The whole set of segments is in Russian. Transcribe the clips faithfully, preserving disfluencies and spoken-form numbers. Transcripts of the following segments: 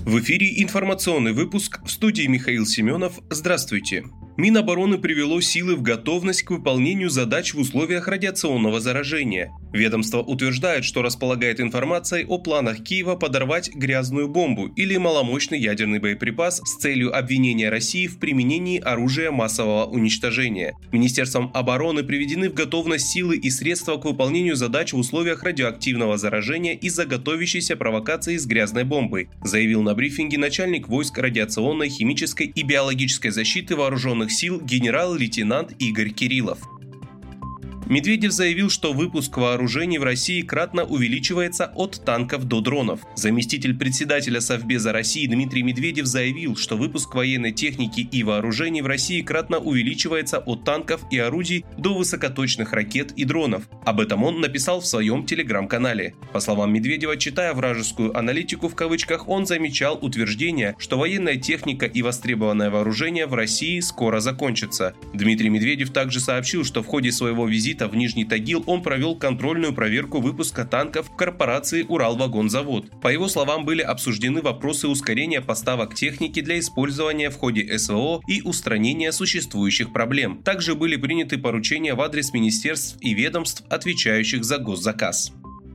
В эфире информационный выпуск, в студии Михаил Семенов. Здравствуйте. Минобороны привело силы в готовность к выполнению задач в условиях радиационного заражения. Ведомство утверждает, что располагает информацией о планах Киева подорвать грязную бомбу или маломощный ядерный боеприпас с целью обвинения России в применении оружия массового уничтожения. Министерством обороны приведены в готовность силы и средства к выполнению задач в условиях радиоактивного заражения из-за готовящейся провокации с грязной бомбой, заявил на брифинге начальник войск радиационной, химической и биологической защиты вооруженных сил генерал-лейтенант Игорь Кириллов. Медведев заявил, что выпуск вооружений в России кратно увеличивается от танков до дронов. Заместитель председателя Совбеза России Дмитрий Медведев заявил, что выпуск военной техники и вооружений в России кратно увеличивается от танков и орудий до высокоточных ракет и дронов. Об этом он написал в своем телеграм-канале. По словам Медведева, читая вражескую аналитику в кавычках, он замечал утверждение, что военная техника и востребованное вооружение в России скоро закончатся. Дмитрий Медведев также сообщил, что в ходе своего визита в Нижний Тагил он провел контрольную проверку выпуска танков в корпорации «Уралвагонзавод». По его словам, были обсуждены вопросы ускорения поставок техники для использования в ходе СВО и устранения существующих проблем. Также были приняты поручения в адрес министерств и ведомств, отвечающих за госзаказ.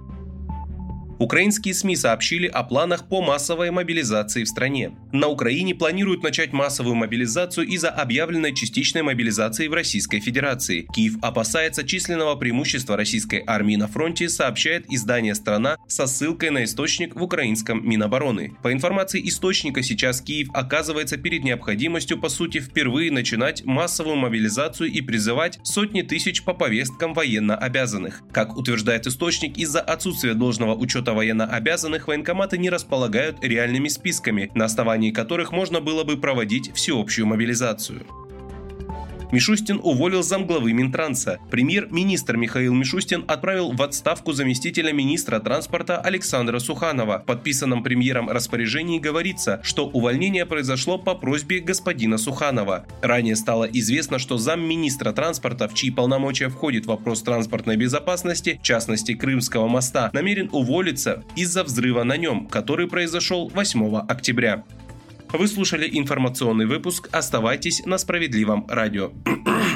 Украинские СМИ сообщили о планах по массовой мобилизации в стране. На Украине планируют начать массовую мобилизацию из-за объявленной частичной мобилизации в Российской Федерации. Киев опасается численного преимущества российской армии на фронте, сообщает издание «Страна» со ссылкой на источник в украинском Минобороны. По информации источника, сейчас Киев оказывается перед необходимостью, по сути, впервые начинать массовую мобилизацию и призывать сотни тысяч по повесткам военнообязанных. Как утверждает источник, из-за отсутствия должного учета военнообязанных военкоматы не располагают реальными списками, на основании которых можно было бы проводить всеобщую мобилизацию. Мишустин уволил замглавы Минтранса. Премьер-министр Михаил Мишустин отправил в отставку заместителя министра транспорта Александра Суханова. В подписанном премьером распоряжении говорится, что увольнение произошло по просьбе господина Суханова. Ранее стало известно, что замминистра транспорта, в чьи полномочия входит вопрос транспортной безопасности, в частности Крымского моста, намерен уволиться из-за взрыва на нем, который произошел восьмого октября. Вы слушали информационный выпуск. Оставайтесь на Справедливом радио.